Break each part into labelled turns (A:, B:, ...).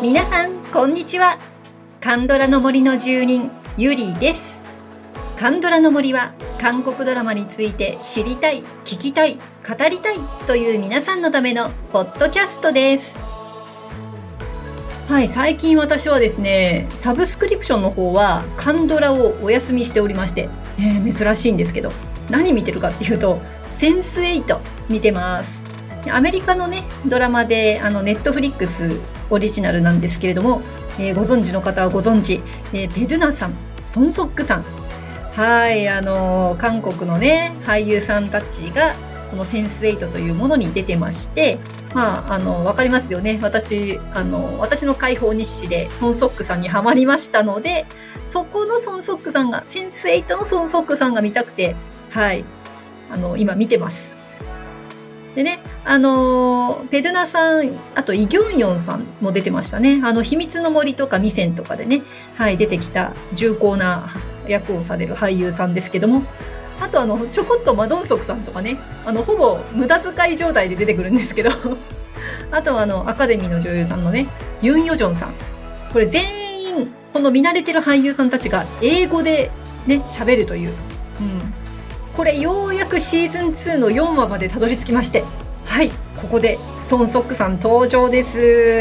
A: 皆さんこんにちは。カンドラの森の住人ゆりです。カンドラの森は韓国ドラマについて知りたい、聞きたい、語りたいという皆さんのためのポッドキャストです。はい、最近私はですね、サブスクリプションの方はカンドラをお休みしておりまして、珍しいんですけど、何見てるかっていうとセンス8見てます。アメリカのねドラマでネットフリックスオリジナルなんですけれども、ご存知の方はご存知、ペドゥナさん、ソンソックさん、はい、韓国のね俳優さんたちがこのセンス8というものに出てまして、わかりますよね。私の解放日誌でソンソックさんにハマりましたので、そこのソンソックさんが、センス8のソンソックさんが見たくて、はい、今見てます。でね、ペドゥナさん、あとイ・ギョンヨンさんも出てましたね。秘密の森とかミセンとかでね、はい、出てきた重厚な役をされる俳優さんですけども、あとちょこっとマドンソクさんとかね、ほぼ無駄遣い状態で出てくるんですけどあとアカデミーの女優さんのね、ユン・ヨジョンさん、これ全員この見慣れてる俳優さんたちが英語でね喋るという、これようやくシーズン2の4話までたどり着きまして、はい、ここでソンソックさん登場です。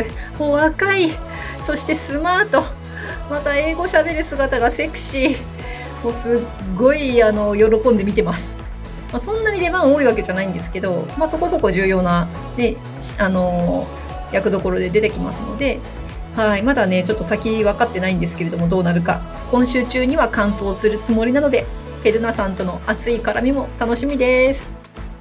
A: お若い、そしてスマート、また英語喋る姿がセクシー、もうすっごい喜んで見てます。そんなに出番多いわけじゃないんですけど、そこそこ重要な、ね、役どころで出てきますので、はい、まだねちょっと先分かってないんですけれども、どうなるか今週中には完走するつもりなので、ペドゥナさんとの熱い絡みも楽しみです。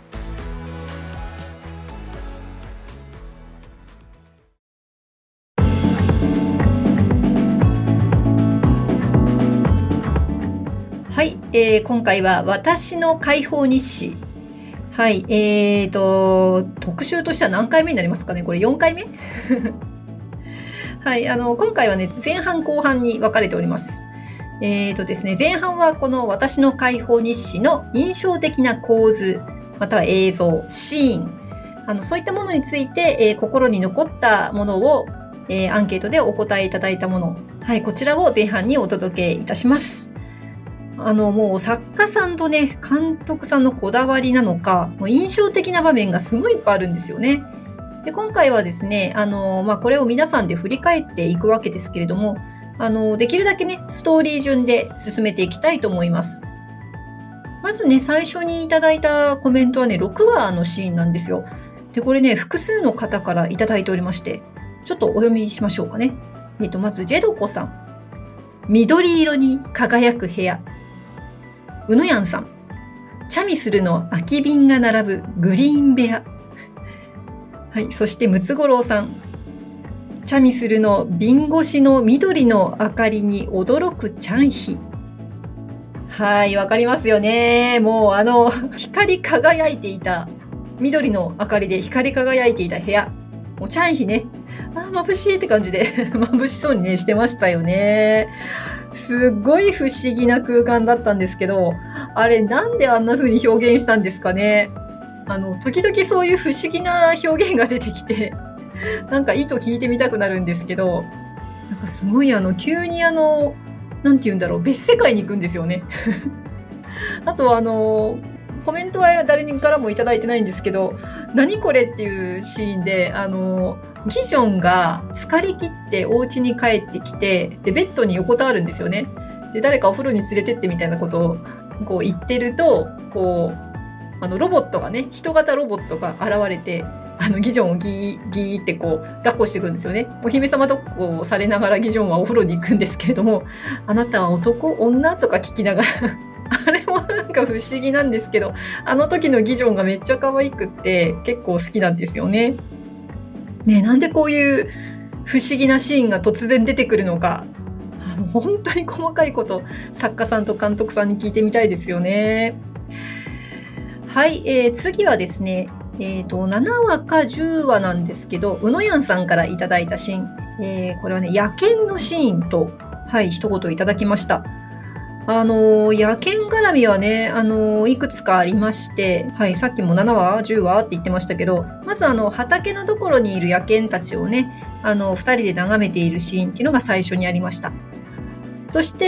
A: はい、今回は私の解放日誌。はい、特集としては何回目になりますかね。これ4回目はい、今回はね前半後半に分かれております。ですね、前半はこの私の解放日誌の印象的な構図、または映像、シーン、そういったものについて、心に残ったものを、アンケートでお答えいただいたもの、はい、こちらを前半にお届けいたします。もう作家さんとね監督さんのこだわりなのか、もう印象的な場面がすごいいっぱいあるんですよね。で、今回はですね、これを皆さんで振り返っていくわけですけれども、できるだけねストーリー順で進めていきたいと思います。まずね、最初にいただいたコメントはね、6話のシーンなんですよ。で、これね複数の方からいただいておりまして、ちょっとお読みしましょうかね。まずジェドコさん、緑色に輝く部屋。うのやんさん、チャミスルの空き瓶が並ぶグリーン部屋。はい、そしてムツゴロウさん、チャミスルの瓶越しの緑の明かりに驚くチャンヒ。はい、わかりますよね。もう光り輝いていた、緑の明かりで光り輝いていた部屋。もうチャンヒね、眩しいって感じで眩しそうにねしてましたよね。すごい不思議な空間だったんですけど、あれなんであんな風に表現したんですかね。時々そういう不思議な表現が出てきて、なんか意図聞いてみたくなるんですけど、なんかすごい急になんて言うんだろう、別世界に行くんですよね。あとコメントは誰にからもいただいてないんですけど、何これっていうシーンでギジョンが疲れ切ってお家に帰ってきて、でベッドに横たわるんですよね。で、誰かお風呂に連れてってみたいなことをこう言ってると、こうロボットがね、人型ロボットが現れて、ギジョンをギーギーってこう抱っこしていくんですよね。お姫様抱っこをされながらギジョンはお風呂に行くんですけれども、あなたは男女とか聞きながらあれもなんか不思議なんですけど、あの時のギジョンがめっちゃ可愛くって結構好きなんですよね。ね、なんでこういう不思議なシーンが突然出てくるのか、本当に細かいこと作家さんと監督さんに聞いてみたいですよね。はい、次はですね、7話か10話なんですけど、うのやんさんからいただいたシーン、これはね野犬のシーンと、はい、一言いただきました。 野犬絡みはね、いくつかありまして、はい、さっきも7話、10話って言ってましたけど、まず畑のところにいる野犬たちをね、2人で眺めているシーンっていうのが最初にありました。そして、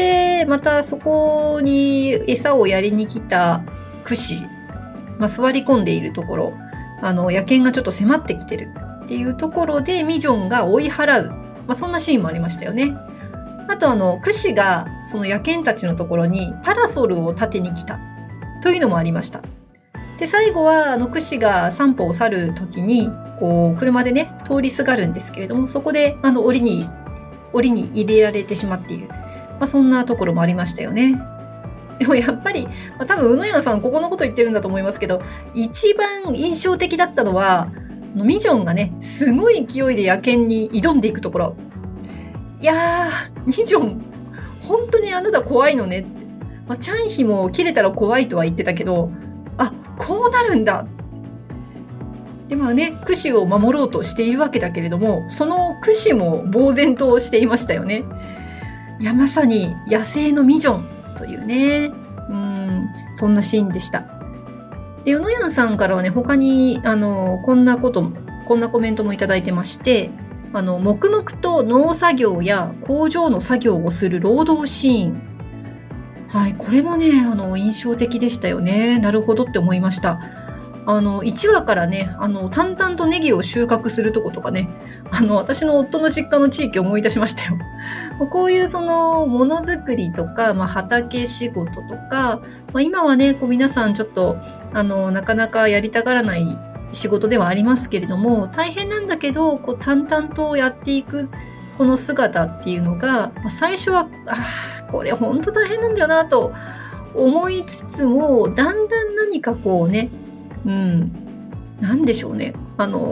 A: またそこに餌をやりに来たクシ、座り込んでいるところ、野犬がちょっと迫ってきてるっていうところで、ミジョンが追い払う。そんなシーンもありましたよね。あとクシがその野犬たちのところにパラソルを立てに来たというのもありました。で、最後はクシが散歩を去る時に、こう、車でね、通りすがるんですけれども、そこで檻に入れられてしまっている。そんなところもありましたよね。でもやっぱり、多分、うのやんさんここのこと言ってるんだと思いますけど、一番印象的だったのは、ミジョンがね、すごい勢いで野犬に挑んでいくところ。いやー、ミジョン、本当にあなた怖いのねって。チャンヒも切れたら怖いとは言ってたけど、こうなるんだ。で、クシを守ろうとしているわけだけれども、そのクシも呆然としていましたよね。いや、まさに野生のミジョンというね、そんなシーンでした。で、うのやんさんからはね、他に、こんなコメントもいただいてまして、黙々と農作業や工場の作業をする労働シーン。はい、これもね、印象的でしたよね。なるほどって思いました。1話からね、淡々とネギを収穫するとことかね、私の夫の実家の地域を思い出しましたよ。こういうものづくりとか、畑仕事とか、今はね、皆さんちょっと、なかなかやりたがらない仕事ではありますけれども、大変なんだけど、淡々とやっていく、この姿っていうのが、最初は、これ本当大変なんだよなと思いつつも、だんだん何かこうね、なんでしょうね。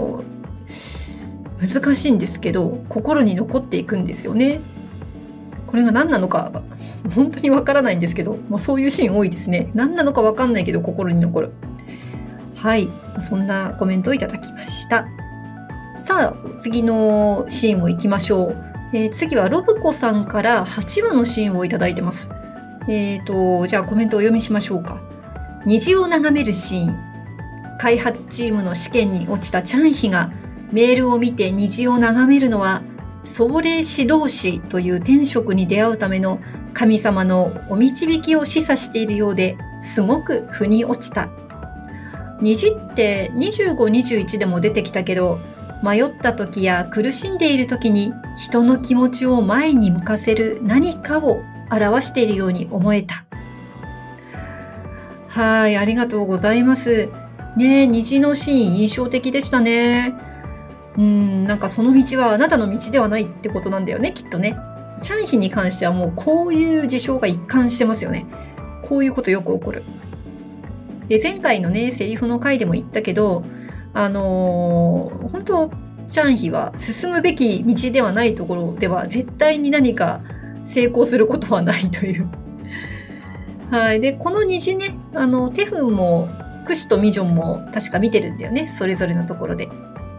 A: 難しいんですけど、心に残っていくんですよね。これが何なのか、本当にわからないんですけど、そういうシーン多いですね。何なのかわかんないけど、心に残る。はい。そんなコメントをいただきました。さあ、次のシーンを行きましょう。次はロブコさんから8話のシーンをいただいてます。じゃあコメントをお読みしましょうか。虹を眺めるシーン。開発チームの試験に落ちたチャンヒがメールを見て虹を眺めるのは、壮麗指導士という天職に出会うための神様のお導きを示唆しているようですごく腑に落ちた。虹って25、21でも出てきたけど、迷った時や苦しんでいる時に人の気持ちを前に向かせる何かを表しているように思えた。はい、ありがとうございます。ね、虹のシーン印象的でしたね。なんかその道はあなたの道ではないってことなんだよね、きっとね。チャンヒに関してはもうこういう事象が一貫してますよね。こういうことよく起こる。で、前回のね、セリフの回でも言ったけど、本当チャンヒは進むべき道ではないところでは絶対に何か成功することはないという。はい。で、この虹ね、テフンもクシとミジョンも確か見てるんだよね。それぞれのところで。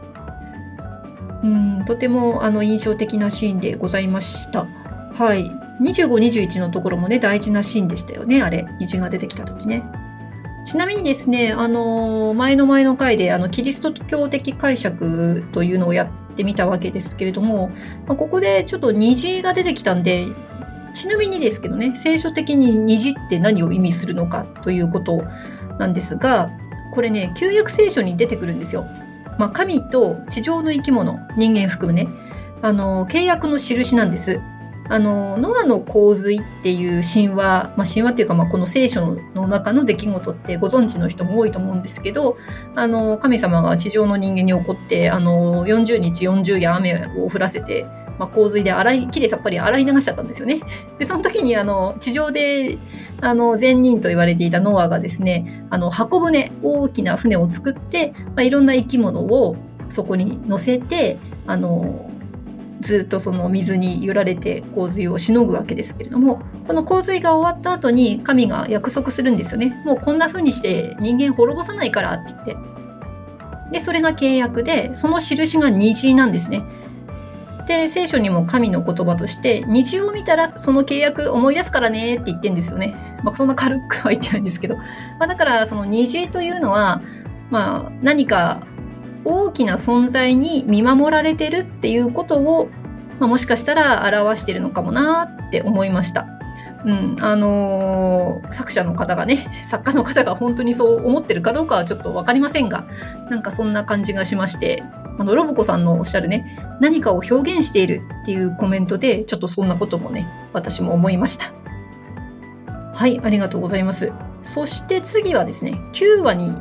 A: とても印象的なシーンでございました。はい。25、21のところもね、大事なシーンでしたよね。あれ、虹が出てきた時ね。ちなみにですね、前の回でキリスト教的解釈というのをやってみたわけですけれども、ここでちょっと虹が出てきたんで、ちなみにですけどね、聖書的に虹って何を意味するのかということなんですが、これね、旧約聖書に出てくるんですよ。神と地上の生き物、人間含むね、契約の印なんです。ノアの洪水っていう神話、神話っていうか、この聖書の中の出来事ってご存知の人も多いと思うんですけど、神様が地上の人間に起こって、40日40夜雨を降らせて、洪水できれいさっぱり洗い流しちゃったんですよね。で、その時に地上で善人と言われていたノアがですね、箱舟、大きな船を作って、いろんな生き物をそこに乗せて、ずっとその水に揺られて洪水をしのぐわけですけれども、この洪水が終わった後に神が約束するんですよね。もうこんな風にして人間滅ぼさないからって言って。で、それが契約で、その印が虹なんですね。 で、聖書にも神の言葉として、虹を見たらその契約思い出すからねって言ってるんですよね。そんな軽くは言ってないんですけど。だからその虹というのは、何か大きな存在に見守られてるっていうことを、もしかしたら表してるのかもなって思いました。作者の方がね、作家の方が本当にそう思ってるかどうかはちょっとわかりませんが、なんかそんな感じがしまして、ロボコさんのおっしゃるね、何かを表現しているっていうコメントで、ちょっとそんなこともね、私も思いました。はい、ありがとうございます。そして次はですね、9話に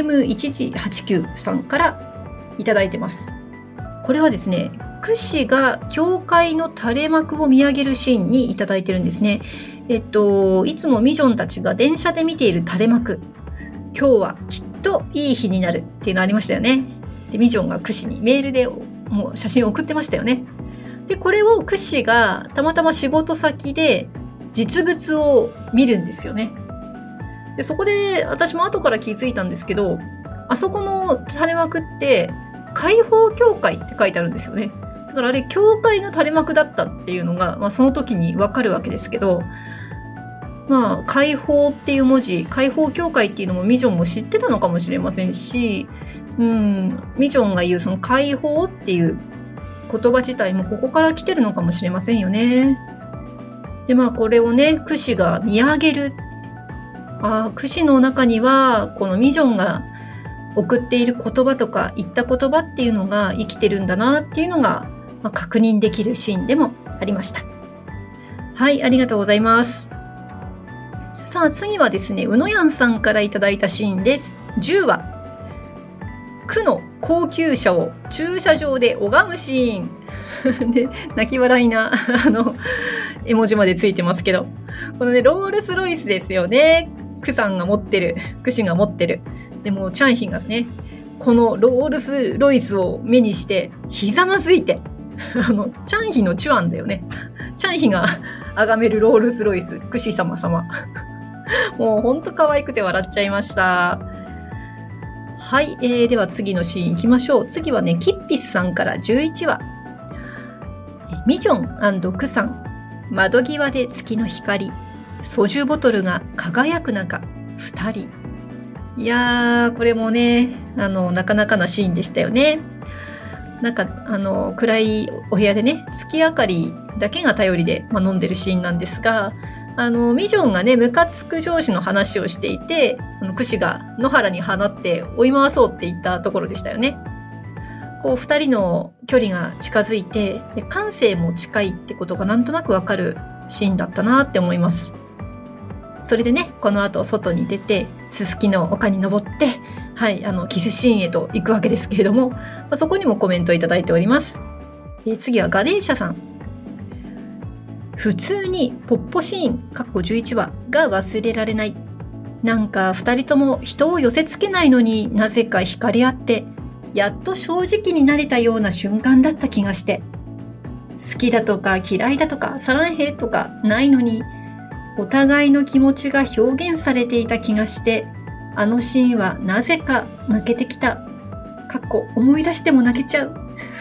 A: MM1189 さんからいただいてます。これはですね、クシが教会の垂れ幕を見上げるシーンにいただいてるんですね。いつもミジョンたちが電車で見ている垂れ幕。今日はきっといい日になるっていうのありましたよね。で、ミジョンがクシにメールでもう写真を送ってましたよね。で、これをクシがたまたま仕事先で実物を見るんですよね。で、そこで私も後から気づいたんですけど、あそこの垂れ幕って解放教会って書いてあるんですよね。だからあれ教会の垂れ幕だったっていうのが、その時にわかるわけですけど、解放っていう文字、解放教会っていうのもミジョンも知ってたのかもしれませんし、ミジョンが言うその解放っていう言葉自体もここから来てるのかもしれませんよね。で、これをね、クシが見上げる。クシの中にはこのミジョンが送っている言葉とか言った言葉っていうのが生きてるんだなっていうのが、確認できるシーンでもありました。はい、ありがとうございます。さあ次はですね、うのやんさんからいただいたシーンです。10話。区の高級車を駐車場で拝むシーン。で、泣き笑いな、絵文字までついてますけど。このね、ロールスロイスですよね。クさんが持ってる。クシが持ってる。でも、チャンヒンがですね、このロールスロイスを目にして、ひざまずいて、チャンヒのチュアンだよね。チャンヒが崇めるロールスロイス、クシ様様。もうほんと可愛くて笑っちゃいました。はい、では次のシーン行きましょう。次はね、キッピスさんから11話。ミジョン&クさん、窓際で月の光、ソジュボトルが輝く中、2人。いやー、これもね、なかなかなシーンでしたよね。なんか、暗いお部屋でね、月明かりだけが頼りで、飲んでるシーンなんですが、ミジョンがね、ムカつく上司の話をしていて、クシが野原に放って追い回そうって言ったところでしたよね。こう、二人の距離が近づいて、で感性も近いってことがなんとなくわかるシーンだったなって思います。それでね、この後外に出て、ススキの丘に登って、はい、キスシーンへと行くわけですけれども、そこにもコメントいただいております。次はガネーシャさん。普通にポッポシーン(11話) が忘れられない。なんか二人とも人を寄せつけないのになぜか惹かれ合って、やっと正直になれたような瞬間だった気がして。好きだとか嫌いだとかサランヘとかないのに、お互いの気持ちが表現されていた気がして、あのシーンはなぜか泣けてきた。思い出しても泣けちゃう。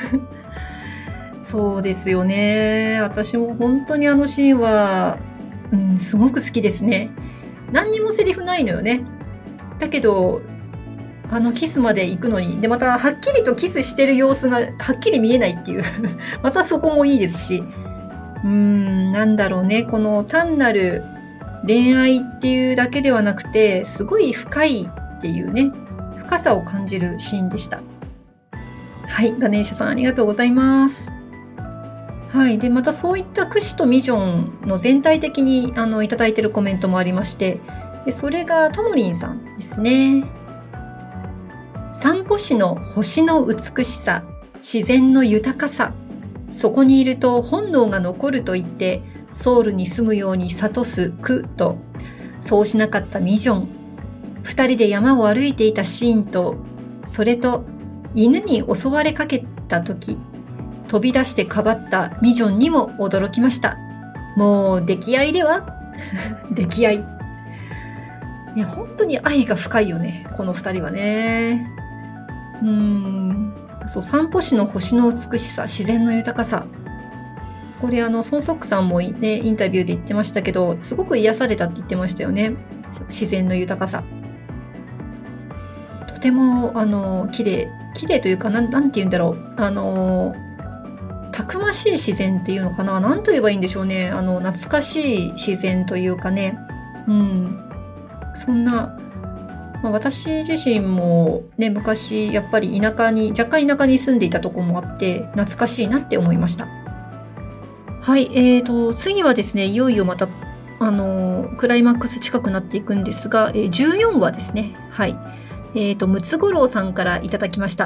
A: そうですよね。私も本当にあのシーンは、すごく好きですね。何にもセリフないのよね。だけど、キスまで行くのに、で、またはっきりとキスしてる様子がはっきり見えないっていう。またそこもいいですし。なんだろうね。この単なる恋愛っていうだけではなくて、すごい深いっていうね、深さを感じるシーンでした。はい、ガネーシャさんありがとうございます。はい。で、またそういったクシとミジョンの全体的にいただいているコメントもありまして、でそれがともりんさんですね。散歩市の星の美しさ、自然の豊かさ、そこにいると本能が残ると言って、ソウルに住むように諭すクと、そうしなかったミジョン。二人で山を歩いていたシーンと、それと犬に襲われかけた時、飛び出してかばったミジョンにも驚きました。もう溺愛では溺愛。ね、本当に愛が深いよね、この二人はね。 そう、散歩詩の星の美しさ、自然の豊かさ。これソンソックさんもね、インタビューで言ってましたけど、すごく癒されたって言ってましたよね。自然の豊かさ。とても綺麗というか、なんて言うんだろう。たくましい自然っていうのかな。なんと言えばいいんでしょうね。懐かしい自然というかね。そんな、私自身もね、昔やっぱり若干田舎に住んでいたところもあって懐かしいなって思いました。はい、次はですね、いよいよまたクライマックス近くなっていくんですが、14話ですね。はい。ムツゴロウさんからいただきました。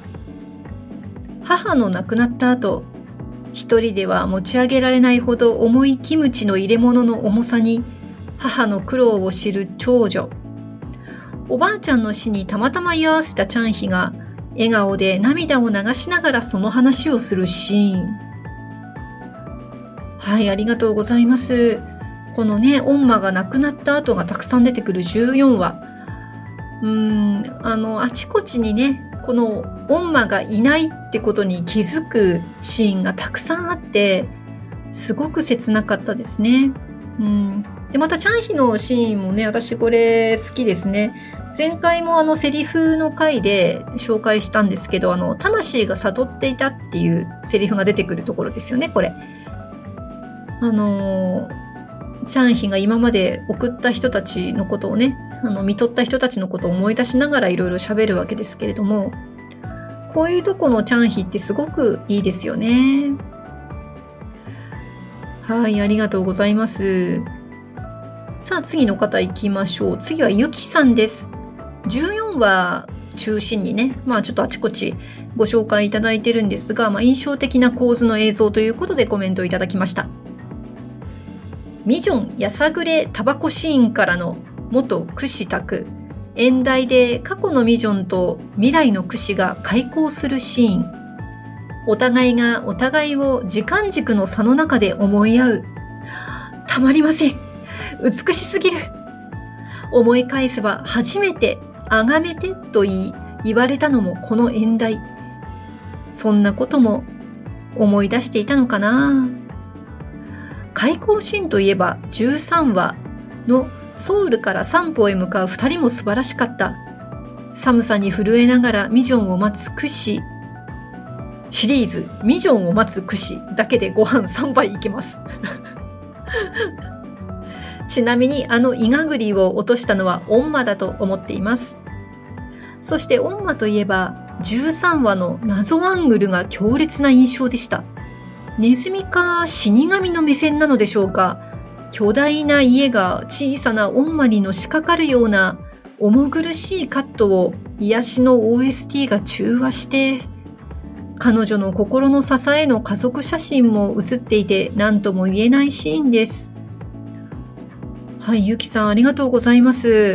A: 母の亡くなった後、一人では持ち上げられないほど重いキムチの入れ物の重さに母の苦労を知る長女。おばあちゃんの死にたまたま居合わせたチャンヒが笑顔で涙を流しながらその話をするシーン。はい、ありがとうございます。このね、オンマが亡くなった後がたくさん出てくる14話。あちこちにね、このオンマがいないってことに気づくシーンがたくさんあって、すごく切なかったですね。で、またチャンヒのシーンもね、私これ好きですね。前回もセリフの回で紹介したんですけど、魂が悟っていたっていうセリフが出てくるところですよね、これ。チャンヒが今まで送った人たちのことをね、見とった人たちのことを思い出しながらいろいろ喋るわけですけれども、こういうとこのチャンヒってすごくいいですよね。はい、ありがとうございます。さあ、次の方行きましょう。次はゆきさんです。14話中心にね、ちょっとあちこちご紹介いただいてるんですが、印象的な構図の映像ということでコメントをいただきました。ミジョンやさぐれタバコシーンからの元クシタク、演題で過去のミジョンと未来のクシが開口するシーン。お互いがお互いを時間軸の差の中で思い合う。たまりません。美しすぎる。思い返せば初めて崇めてと言われたのもこの演題。そんなことも思い出していたのかな。開口シーンといえば13話のソウルから三歩へ向かう2人も素晴らしかった。寒さに震えながらミジョンを待つクシシリーズミジョンを待つクシだけでご飯3杯いけますちなみにイガグリを落としたのはオンマだと思っています。そしてオンマといえば13話の謎アングルが強烈な印象でした。ネズミか死神の目線なのでしょうか。巨大な家が小さなオンマにのしかかるような重苦しいカットを癒しの OST が中和して、彼女の心の支えの家族写真も写っていて何とも言えないシーンです。はい、ゆきさんありがとうございます。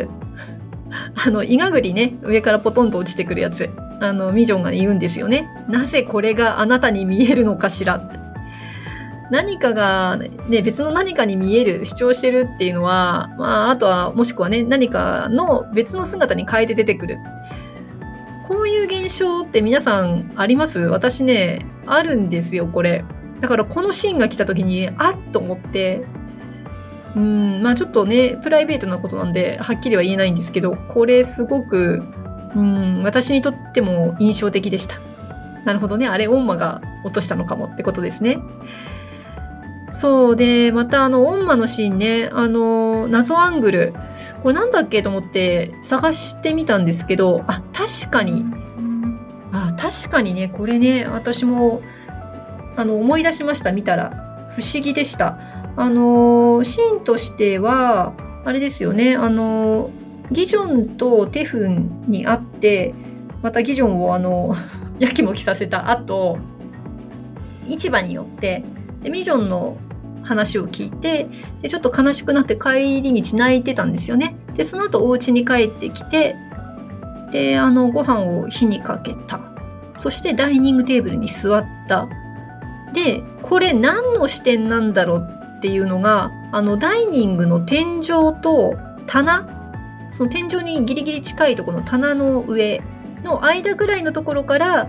A: イガグリね、上からポトンと落ちてくるやつ。ミジョンが言うんですよね。なぜこれがあなたに見えるのかしらって。何かがね、別の何かに見える、主張してるっていうのは、あとは、もしくはね、何かの別の姿に変えて出てくる。こういう現象って皆さんあります？私ね、あるんですよ、これ。だからこのシーンが来た時に、あっと思って、ちょっとね、プライベートなことなんで、はっきりは言えないんですけど、これすごく、私にとっても印象的でした。なるほどね、あれ、オンマが落としたのかもってことですね。そうで、またオンマのシーンね、謎アングル。これなんだっけと思って探してみたんですけど、確かにね、これね、私も、思い出しました、見たら。不思議でした。シーンとしては、あれですよね、ギジョンとテフンに会って、またギジョンをやきもきさせた後、市場に寄って、でミジョンの話を聞いて、でちょっと悲しくなって帰り道泣いてたんですよね。でその後お家に帰ってきて、でご飯を火にかけた。そしてダイニングテーブルに座った。でこれ何の視点なんだろうっていうのが、ダイニングの天井と棚、その天井にギリギリ近いところの棚の上の間ぐらいのところから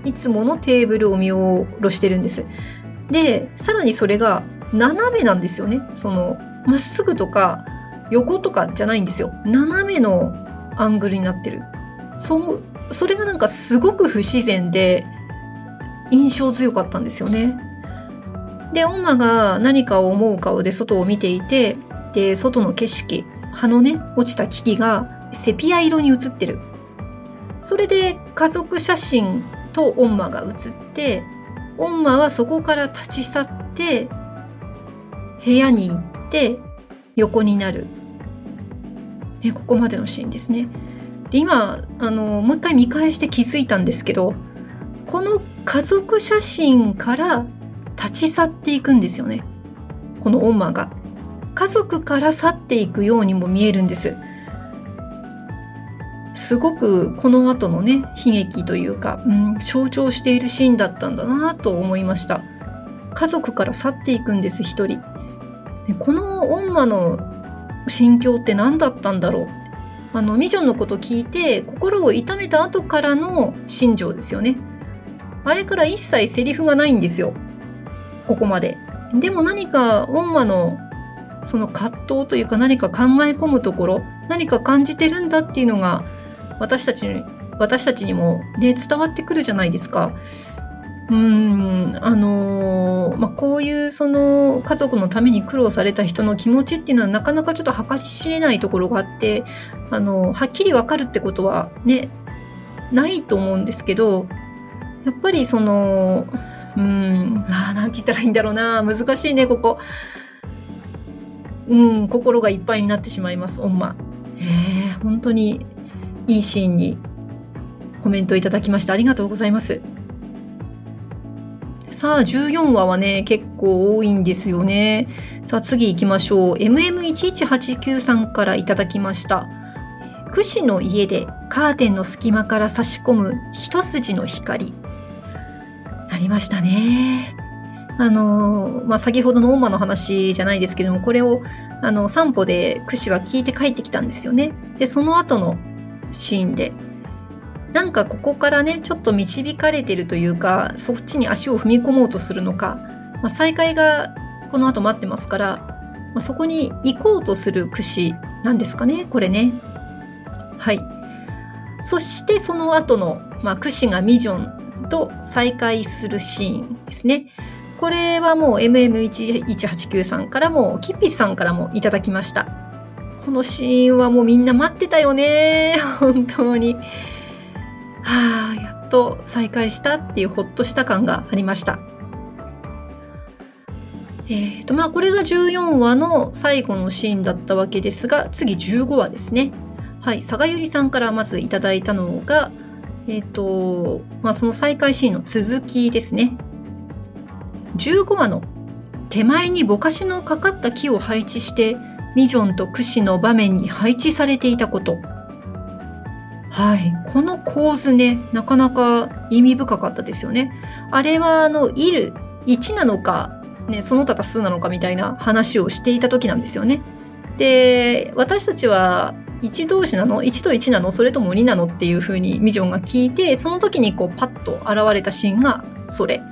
A: いつものテーブルを見下ろしてるんです。で、さらにそれが斜めなんですよね。まっすぐとか横とかじゃないんですよ。斜めのアングルになってる。それがなんかすごく不自然で印象強かったんですよね。で、オンマが何かを思う顔で外を見ていて、で、外の景色、葉のね、落ちた木々がセピア色に映ってる。それで家族写真とオンマが写って、オンマはそこから立ち去って部屋に行って横になる、ね、ここまでのシーンですね。で、今もう一回見返して気づいたんですけど、この家族写真から立ち去っていくんですよね。このオンマが家族から去っていくようにも見えるんです。すごくこの後のね、悲劇というか、象徴しているシーンだったんだなと思いました。家族から去っていくんです、一人。で、このオンマの心境って何だったんだろう。ミジョンのこと聞いて心を痛めた後からの心情ですよね。あれから一切セリフがないんですよ、ここまで。でも何かオンマのその葛藤というか、何か考え込むところ、何か感じてるんだっていうのが私たちにもね、伝わってくるじゃないですか。こういうその家族のために苦労された人の気持ちっていうのはなかなかちょっと計り知れないところがあって、はっきりわかるってことはね、ないと思うんですけど、やっぱりなんて言ったらいいんだろうな、難しいね、ここ。心がいっぱいになってしまいます、オンマ。本当にいいシーンにコメントいただきましてありがとうございます。さあ、14話はね、結構多いんですよね。さあ、次行きましょう。MM1189 さんからいただきました。クシの家でカーテンの隙間から差し込む一筋の光。ありましたね。先ほどのオンマの話じゃないですけども、これを散歩でクシは聞いて帰ってきたんですよね。で、その後のシーンで、なんかここからね、ちょっと導かれてるというか、そっちに足を踏み込もうとするのか、再会がこの後待ってますから、そこに行こうとするクシなんですかね、これね。はい。そしてその後の、クシがミジョンと再会するシーンですね。これはもう MM1189 さんからもキッピスさんからもいただきました。このシーンはもうみんな待ってたよね、本当に。やっと再会したっていうほっとした感がありました。これが14話の最後のシーンだったわけですが、次15話ですね。はい、佐賀ゆりさんからまずいただいたのが、その再会シーンの続きですね。15話の手前にぼかしのかかった木を配置してミジョンとクシの場面に配置されていたこと。はい、この構図ね、なかなか意味深かったですよね。あれは1なのか、ね、その他多数なのかみたいな話をしていた時なんですよね。で、私たちは1同士なの ?1 と1なのそれとも2なのっていう風にミジョンが聞いて、その時にこうパッと現れたシーンがそれ。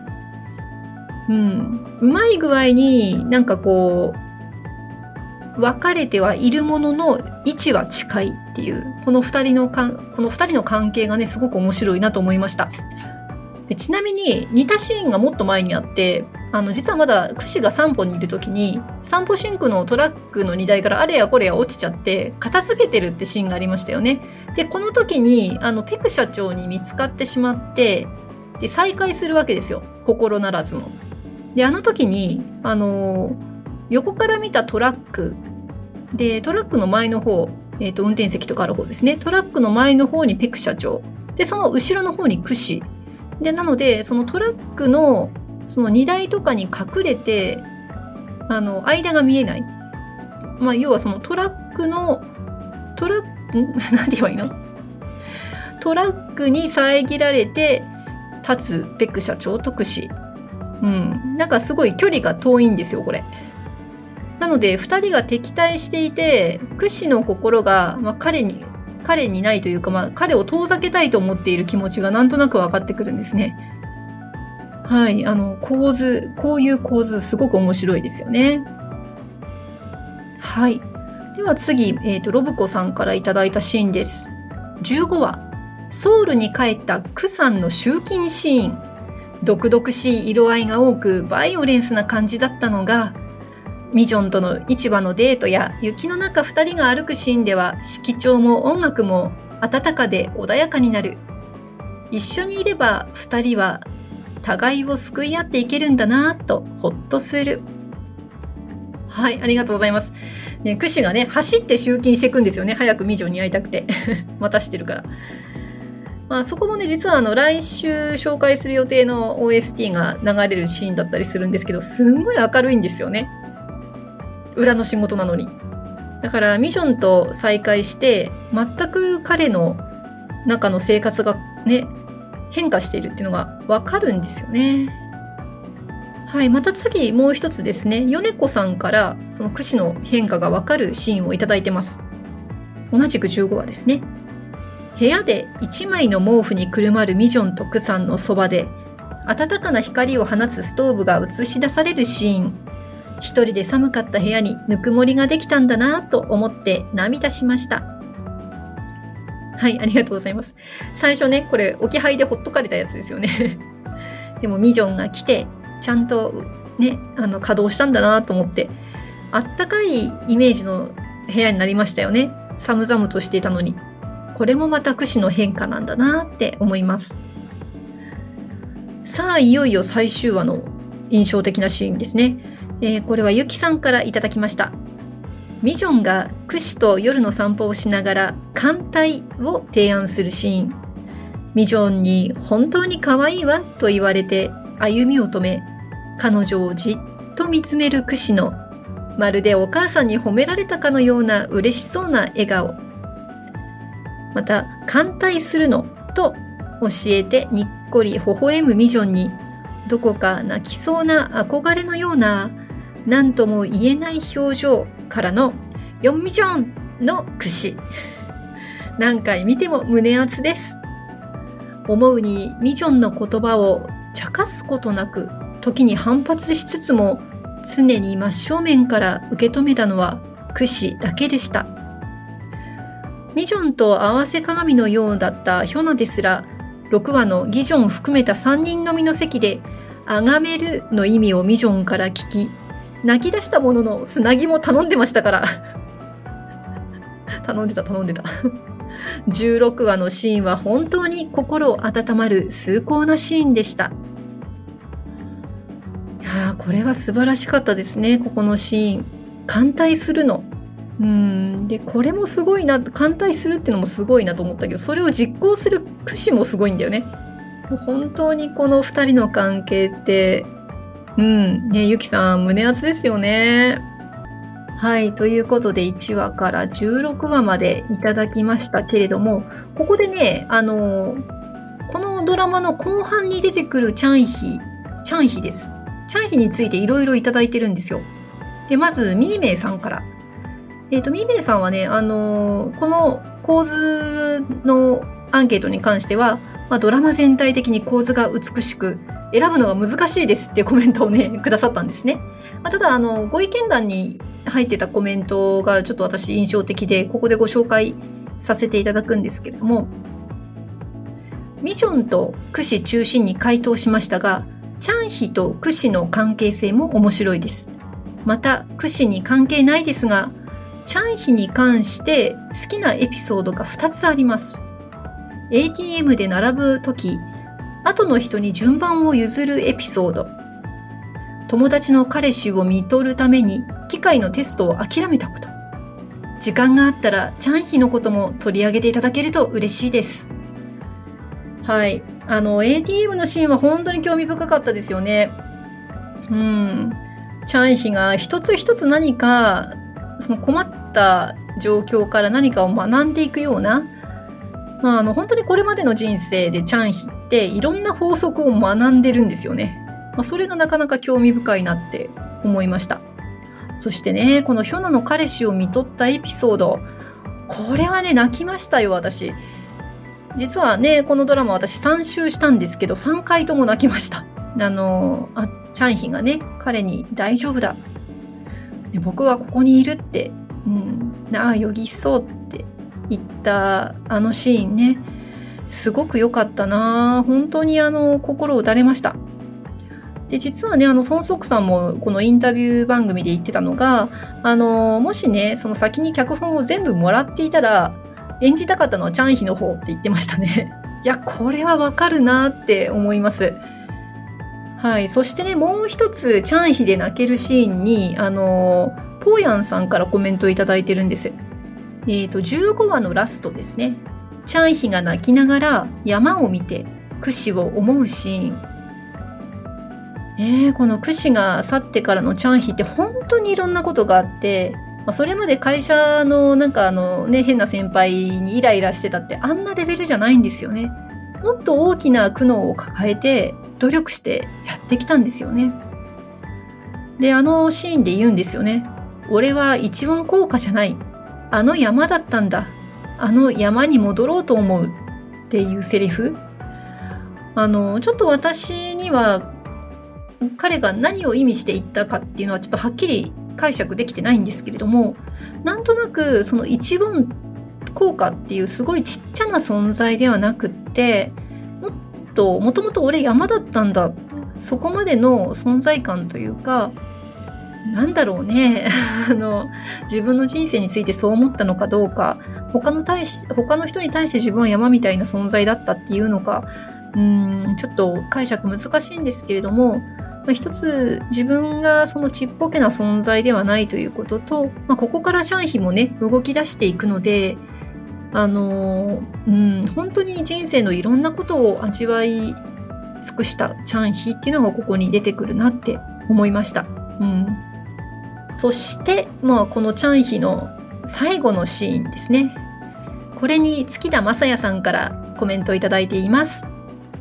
A: うまい具合になんかこう分かれてはいるものの位置は近いっていう、この2人の関係がね、すごく面白いなと思いました。で、ちなみに似たシーンがもっと前にあって、実はまだクシが散歩にいる時に散歩シンクのトラックの荷台からあれやこれや落ちちゃって片付けてるってシーンがありましたよね。で、この時にペク社長に見つかってしまって、で再会するわけですよ、心ならずの。で、時に横から見たトラックで、トラックの前の方、運転席とかある方ですね。トラックの前の方にペク社長で、その後ろの方にクシで、なのでそのトラックのその荷台とかに隠れて間が見えない。要はそのなんて言えばいいの？トラックに遮られて立つペク社長とクシ。なんかすごい距離が遠いんですよ、これ。なので2人が敵対していて、クシの心が、彼に彼にないというか、彼を遠ざけたいと思っている気持ちがなんとなく分かってくるんですね。はい、こういう構図すごく面白いですよね。はい。では次、ロブコさんからいただいたシーンです。15話、ソウルに帰ったクさんの集金シーン。毒々しい色合いが多くバイオレンスな感じだったのが、ミジョンとの市場のデートや雪の中2人が歩くシーンでは色調も音楽も温かで穏やかになる。一緒にいれば2人は互いを救い合っていけるんだなぁとほっとする。はい、ありがとうございます。ね、クシがね、走って集金していくんですよね。早くミジョンに会いたくて。待たしてるから。そこもね、実は来週紹介する予定の OST が流れるシーンだったりするんですけど、すんごい明るいんですよね。裏の仕事なのに。だからミジョンと再会して、全く彼の中の生活がね、変化しているっていうのがわかるんですよね。はい、また次もう一つですね、ヨネコさんからそのクシの変化がわかるシーンをいただいてます。同じく15話ですね。部屋で一枚の毛布にくるまるミジョンとクさんのそばで、暖かな光を放つストーブが映し出されるシーン。一人で寒かった部屋にぬくもりができたんだなと思って涙しました。はい、ありがとうございます。最初ね、これ置き配でほっとかれたやつですよね。でもミジョンが来て、ちゃんとね、稼働したんだなと思って、あったかいイメージの部屋になりましたよね。寒々としていたのに。これもまたクシの変化なんだなって思います。さあ、いよいよ最終話の印象的なシーンですね。これはゆきさんからいただきました。ミジョンがクシと夜の散歩をしながら艦隊を提案するシーン。ミジョンに本当に可愛いわと言われて歩みを止め、彼女をじっと見つめるクシのまるでお母さんに褒められたかのような嬉しそうな笑顔。また、艦隊するのと教えてにっこり微笑むミジョンに、どこか泣きそうな憧れのような、何とも言えない表情からのヨンミジョンのクシ。何回見ても胸熱です。思うにミジョンの言葉を茶化すことなく、時に反発しつつも、常に真正面から受け止めたのはクシだけでした。ミジョンと合わせ鏡のようだったヒョナですら、6話のギジョン含めた3人飲みの席で、あがめるの意味をミジョンから聞き、泣き出したものの砂肝頼んでましたから。頼んでた。16話のシーンは本当に心温まる崇高なシーンでした。いやー、これは素晴らしかったですね、ここのシーン。艦隊するの。で、これもすごいな、艦隊するっていうのもすごいなと思ったけど、それを実行するクシもすごいんだよね。もう本当にこの2人の関係って、ね、ゆきさん胸熱ですよね。はい、ということで1話から16話までいただきましたけれども、ここでね、このドラマの後半に出てくるチャンヒです。チャンヒについていろいろいただいてるんですよ。で、まず、ミーメイさんから。ミーメイさんはね、この構図のアンケートに関しては、ドラマ全体的に構図が美しく、選ぶのが難しいですっていうコメントをね、くださったんですね。ただ、ご意見欄に入ってたコメントがちょっと私印象的で、ここでご紹介させていただくんですけれども、ミジョンとクシ中心に回答しましたが、チャンヒとクシの関係性も面白いです。また、クシに関係ないですが、チャンヒに関して好きなエピソードが2つあります。ATM で並ぶとき、後の人に順番を譲るエピソード。友達の彼氏を見とるために機械のテストを諦めたこと。時間があったらチャンヒのことも取り上げていただけると嬉しいです。はい。ATM のシーンは本当に興味深かったですよね。チャンヒが一つ一つ何か、その困った状況から何かを学んでいくような、本当にこれまでの人生でチャンヒっていろんな法則を学んでるんですよね。それがなかなか興味深いなって思いました。そしてね、このヒョナの彼氏を見とったエピソード、 これはね、泣きましたよ、私。実はね、このドラマ私3周したんですけど、3回とも泣きました。チャンヒがね、彼に大丈夫だ。僕はここにいるって、よぎそうって言ったあのシーンね、すごく良かったな。本当に心打たれました。で、実はね、孫則さんもこのインタビュー番組で言ってたのが、もしね、その先に脚本を全部もらっていたら、演じたかったのはチャンヒの方って言ってましたね。いや、これはわかるなって思います。はい。そしてね、もう一つ、チャンヒで泣けるシーンに、ポーヤンさんからコメントをいただいてるんです。15話のラストですね。チャンヒが泣きながら山を見て、クシを思うシーン。このクシが去ってからのチャンヒって本当にいろんなことがあって、それまで会社の変な先輩にイライラしてたってあんなレベルじゃないんですよね。もっと大きな苦悩を抱えて努力してやってきたんですよね。で、シーンで言うんですよね。俺は一音効果じゃない。あの山だったんだ。あの山に戻ろうと思うっていうセリフ。ちょっと私には彼が何を意味して言ったかっていうのはちょっとはっきり解釈できてないんですけれども、なんとなくその一音効果っていうすごいちっちゃな存在ではなくって、もともと俺山だったんだ、そこまでの存在感というか、なんだろうね自分の人生についてそう思ったのかどうか、他の人に対して自分は山みたいな存在だったっていうのか、ちょっと解釈難しいんですけれども、一つ自分がそのちっぽけな存在ではないということと、ここからチャンヒもね動き出していくので、本当に人生のいろんなことを味わい尽くしたチャンヒっていうのがここに出てくるなって思いました。そしてこのチャンヒの最後のシーンですね。これに月田正也さんからコメントをいただいています。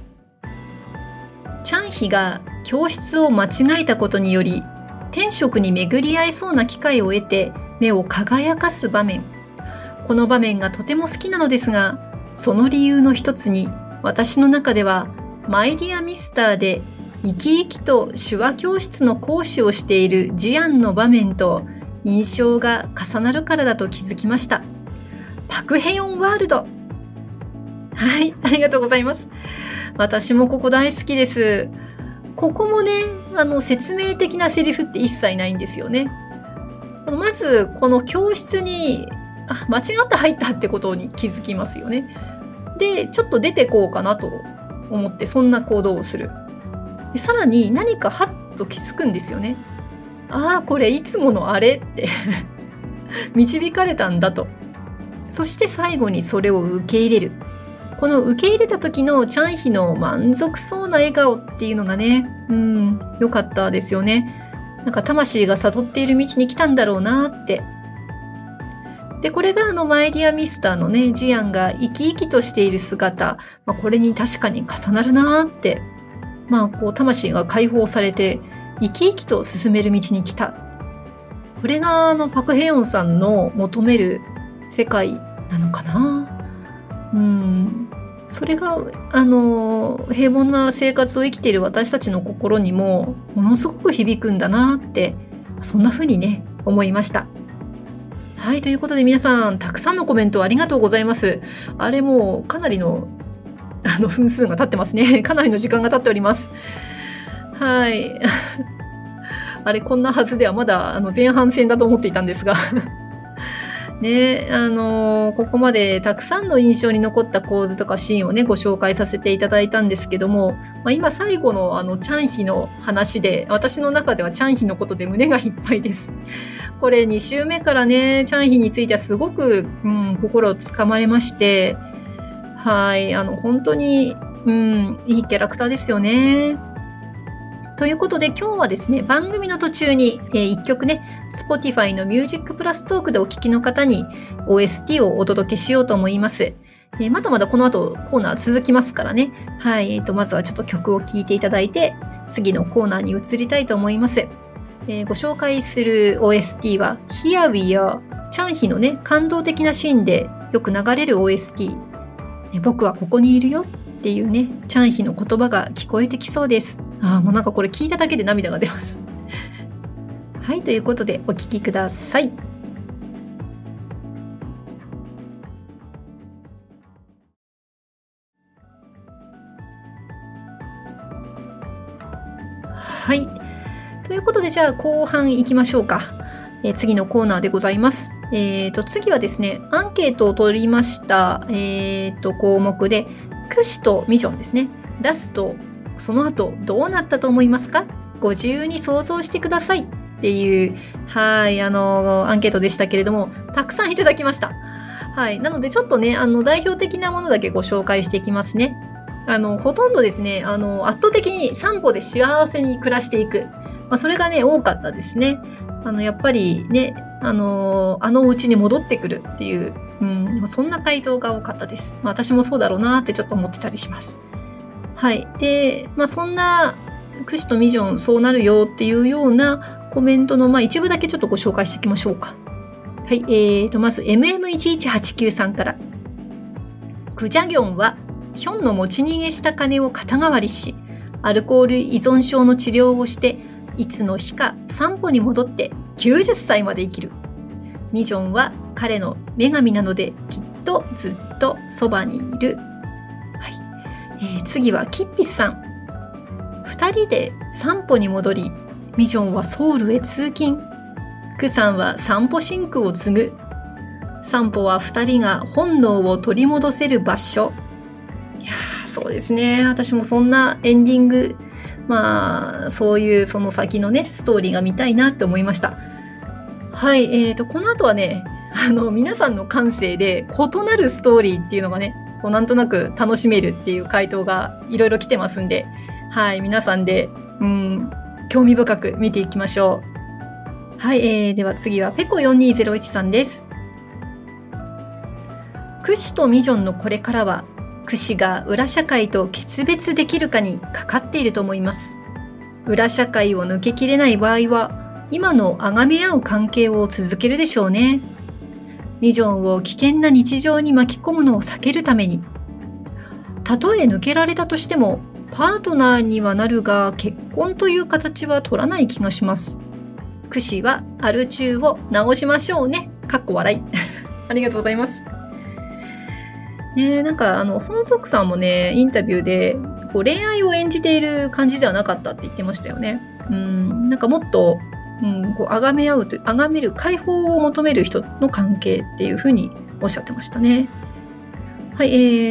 A: チャンヒが教室を間違えたことにより天職に巡り合えそうな機会を得て目を輝かす場面。この場面がとても好きなのですが、その理由の一つに私の中ではマイディアミスターで生き生きと手話教室の講師をしているジアンの場面と印象が重なるからだと気づきました。パクヘヨンワールド。はい、ありがとうございます。私もここ大好きです。ここもね、説明的なセリフって一切ないんですよね。まずこの教室に間違って入ったってことに気づきますよね。で、ちょっと出てこうかなと思ってそんな行動をする。でさらに何かハッと気づくんですよね。これいつものあれって導かれたんだと。そして最後にそれを受け入れる。この受け入れた時のチャンヒの満足そうな笑顔っていうのがね、良かったですよね。なんか魂が悟っている道に来たんだろうなって。で、これがマイディアミスターのね、ジアンが生き生きとしている姿、これに確かに重なるなって。こう魂が解放されて生き生きと進める道に来た。これがパクヘヨンさんの求める世界なのかな。それが平凡な生活を生きている私たちの心にもものすごく響くんだなって、そんな風にね思いました。はい、ということで皆さんたくさんのコメントありがとうございます。あれもうかなりの分数が経ってますね。かなりの時間が経っております。はい。あれ、こんなはずではまだ前半戦だと思っていたんですが。ね、ここまでたくさんの印象に残った構図とかシーンをね、ご紹介させていただいたんですけども、今最後のチャンヒの話で、私の中ではチャンヒのことで胸がいっぱいです。これ2週目からね、チャンヒについてはすごく、心をつかまれまして、はい、本当に、いいキャラクターですよね。ということで今日はですね、番組の途中に、1曲ね、Spotify の Music Plus Talk でお聴きの方に OST をお届けしようと思います。まだまだこの後コーナー続きますからね。はい、まずはちょっと曲を聴いていただいて、次のコーナーに移りたいと思います。ご紹介する OST は Here We Are チャンヒのね、感動的なシーンでよく流れる OST、僕はここにいるよっていうね、チャンヒの言葉が聞こえてきそうです。もうなんかこれ聞いただけで涙が出ます。はい、ということでお聞きください。はい。ということで、じゃあ後半行きましょうか。次のコーナーでございます。次はですね、アンケートを取りました、項目で、クシとミジョンですね。ラスト、その後どうなったと思いますか？ご自由に想像してくださいっていう、アンケートでしたけれども、たくさんいただきました。はい。なのでちょっとね、代表的なものだけご紹介していきますね。ほとんどですね、圧倒的に3歩で幸せに暮らしていく。それがね、多かったですね。やっぱりね、お家に戻ってくるっていう、そんな回答が多かったです。私もそうだろうなってちょっと思ってたりします。はい。で、そんな、クシとミジョンそうなるよっていうようなコメントの、一部だけちょっとご紹介していきましょうか。はい。まず、MM1189 さんから。クジャギョンは、ヒョンの持ち逃げした金を肩代わりし、アルコール依存症の治療をして、いつの日か散歩に戻って90歳まで生きる。ミジョンは彼の女神なのできっとずっとそばにいる。はい。次はキッピスさん。2人で散歩に戻り、ミジョンはソウルへ通勤。クさんは散歩シンクを継ぐ。散歩は2人が本能を取り戻せる場所。いやー、そうですね。私もそんなエンディング、そういうその先のね、ストーリーが見たいなって思いました。はい。この後はね、皆さんの感性で異なるストーリーっていうのがね、こうなんとなく楽しめるっていう回答がいろいろ来てますんで、はい。皆さんで、興味深く見ていきましょう。はい。では次はペコ4201さんです。クシとミジョンのこれからは、クシが裏社会と決別できるかにかかっていると思います。裏社会を抜けきれない場合は、今の崇め合う関係を続けるでしょうね。ミジョンを危険な日常に巻き込むのを避けるために。たとえ抜けられたとしても、パートナーにはなるが結婚という形は取らない気がします。クシはアル中を直しましょうね。かっこ笑い。ありがとうございます。ね、なんか孫則さんもね、インタビューでこう恋愛を演じている感じではなかったって言ってましたよね。なんかもっと、こう崇め合うという、崇める解放を求める人の関係っていうふうにおっしゃってましたね。はい、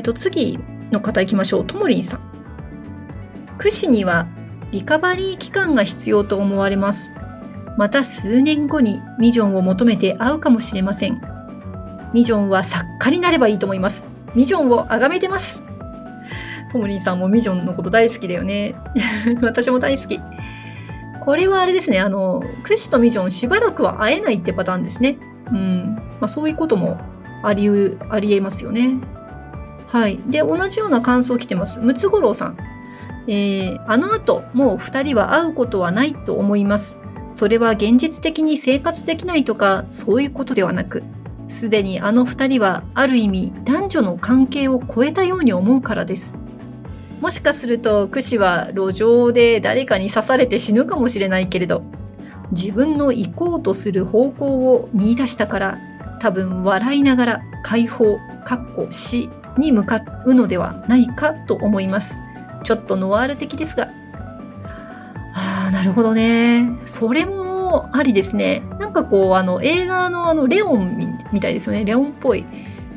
A: 次の方行きましょう。ともりんさん。クシにはリカバリー期間が必要と思われます。また数年後にミジョンを求めて会うかもしれません。ミジョンは作家になればいいと思います。ミジョンを崇めてます。ともりんさんもミジョンのこと大好きだよね。私も大好き。これはあれですね、クシとミジョンしばらくは会えないってパターンですね。そういうこともありえますよね。はい。で、同じような感想来てます。ムツゴロウさん。あの後、もう2人は会うことはないと思います。それは現実的に生活できないとか、そういうことではなく、すでにあの2人はある意味男女の関係を超えたように思うからです。もしかするとクシは路上で誰かに刺されて死ぬかもしれないけれど、自分の行こうとする方向を見出したから、多分笑いながら解放死に向かうのではないかと思います。ちょっとノワール的ですが。なるほどね。それもありですね。なんかこう映画のレオンみたいですよね。レオンっぽい。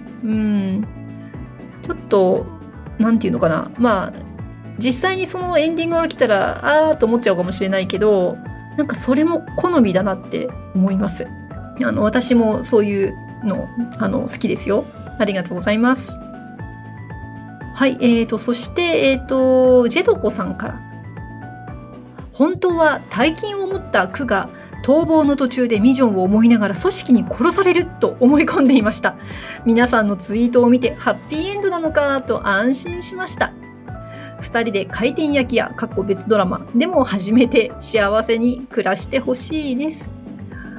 A: ちょっとなんていうのかな。実際にそのエンディングが来たらと思っちゃうかもしれないけど、なんかそれも好みだなって思います。私もそういうの好きですよ。ありがとうございます。はい、そして、ジェドコさんから。本当は大金を持ったクが逃亡の途中でミジョンを思いながら組織に殺されると思い込んでいました。皆さんのツイートを見てハッピーエンドなのかと安心しました。2人で回転焼き屋別ドラマでも始めて幸せに暮らしてほしいです。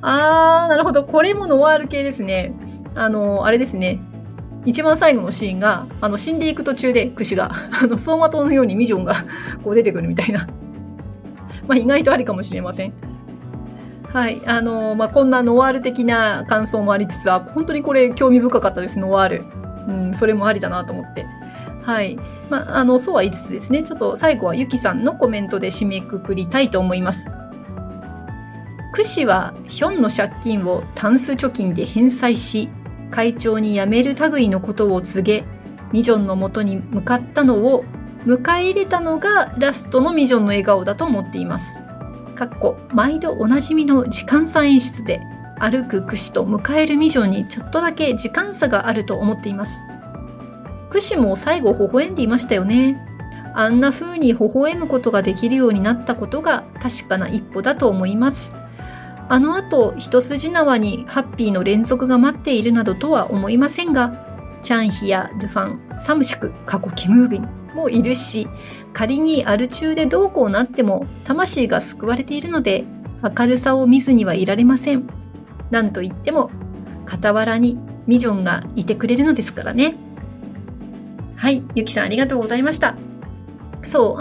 A: なるほど。これもノワール系ですね。あれですね。一番最後のシーンが、死んでいく途中で、クシが、走馬灯のようにミジョンがこう出てくるみたいな。まあ、意外とありかもしれません。はい。こんなノワール的な感想もありつつ、本当にこれ興味深かったです、ノワール。それもありだなと思って。はい。そうは言いつつですね、ちょっと最後はユキさんのコメントで締めくくりたいと思います。クシはヒョンの借金をタンス貯金で返済し、会長に辞める類のことを告げ、ミジョンの元に向かったのを迎え入れたのがラストのミジョンの笑顔だと思っています。毎度おなじみの時間差演出で、歩くクシと迎えるミジョンにちょっとだけ時間差があると思っています。クシも最後微笑んでいましたよね。あんな風に微笑むことができるようになったことが確かな一歩だと思います。あの後、一筋縄にハッピーの連続が待っているなどとは思いませんが、チャンヒやドゥファン、サムシク、過去キムービンもいるし、仮にアル中でどうこうなっても魂が救われているので、明るさを見ずにはいられません。なんといっても、傍らにミジョンがいてくれるのですからね。はい、ゆきさんありがとうございました。そう、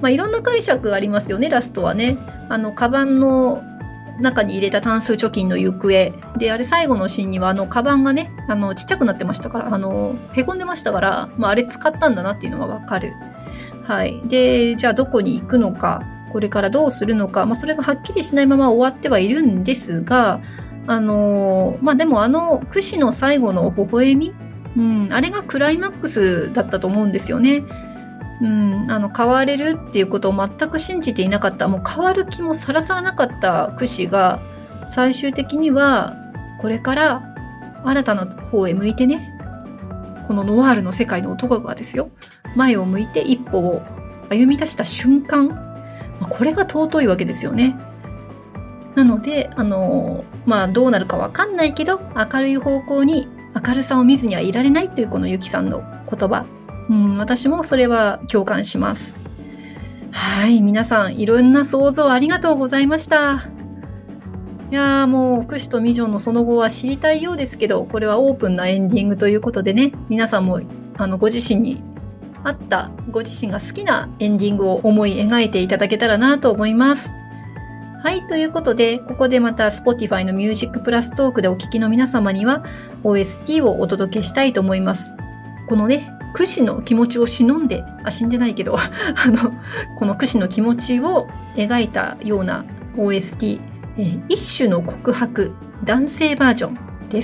A: いろんな解釈ありますよね、ラストはね。カバンの中に入れたタンス貯金の行方で、あれ最後のシーンにはカバンがねちっちゃくなってましたから、へこんでましたから、あれ使ったんだなっていうのがわかる。はい。で、じゃあどこに行くのか、これからどうするのか、それがはっきりしないまま終わってはいるんですが、でもクシの最後の微笑み、あれがクライマックスだったと思うんですよね。変われるっていうことを全く信じていなかった、もう変わる気もさらさらなかったクシが、最終的にはこれから新たな方へ向いてね、このノワールの世界の男がですよ、前を向いて一歩を歩み出した瞬間、これが尊いわけですよね。なのでどうなるかわかんないけど、明るい方向に明るさを見ずにはいられないというこのユキさんの言葉、私もそれは共感します。はい、皆さんいろんな想像ありがとうございました。いやー、もうクシとミジョンのその後は知りたいようですけど、これはオープンなエンディングということでね、皆さんもご自身に合った、ご自身が好きなエンディングを思い描いていただけたらなと思います。はい、ということで、ここでまた Spotify の Music Plus トークでお聞きの皆様には OST をお届けしたいと思います。このね、クシの気持ちを死んでないけどこのクシの気持ちを描いたような OST、一種の告白男性バージョンです。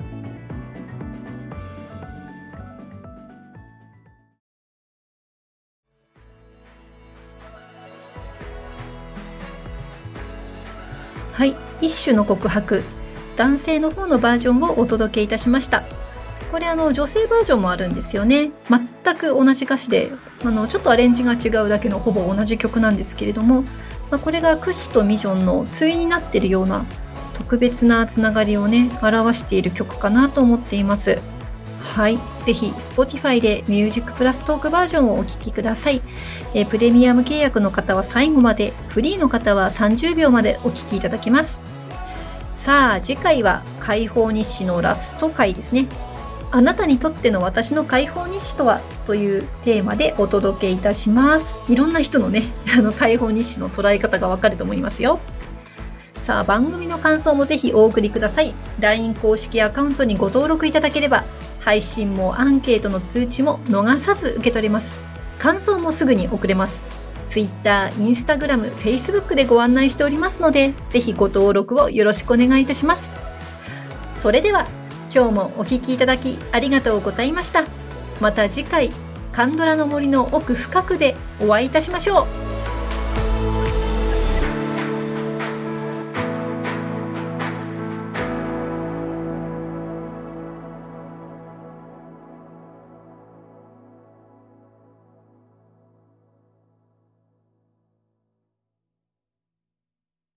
A: はい、一種の告白男性の方のバージョンをお届けいたしました。これ女性バージョンもあるんですよね。全く同じ歌詞でちょっとアレンジが違うだけのほぼ同じ曲なんですけれども、これがクシとミジョンの対になっているような特別なつながりをね表している曲かなと思っています。はい、ぜひ Spotify で Music Plus トークバージョンをお聴きください。プレミアム契約の方は最後まで、フリーの方は30秒までお聴きいただけます。さあ次回は解放日誌のラスト回ですね。あなたにとっての私の解放日誌とはというテーマでお届けいたします。いろんな人のね解放日誌の捉え方がわかると思いますよ。さあ番組の感想もぜひお送りください。 LINE 公式アカウントにご登録いただければ、配信もアンケートの通知も逃さず受け取れます。感想もすぐに送れます。 Twitter、Instagram、Facebook でご案内しておりますので、ぜひご登録をよろしくお願いいたします。それでは今日もお聞きいただきありがとうございました。また次回、カンドラの森の奥深くでお会いいたしましょう。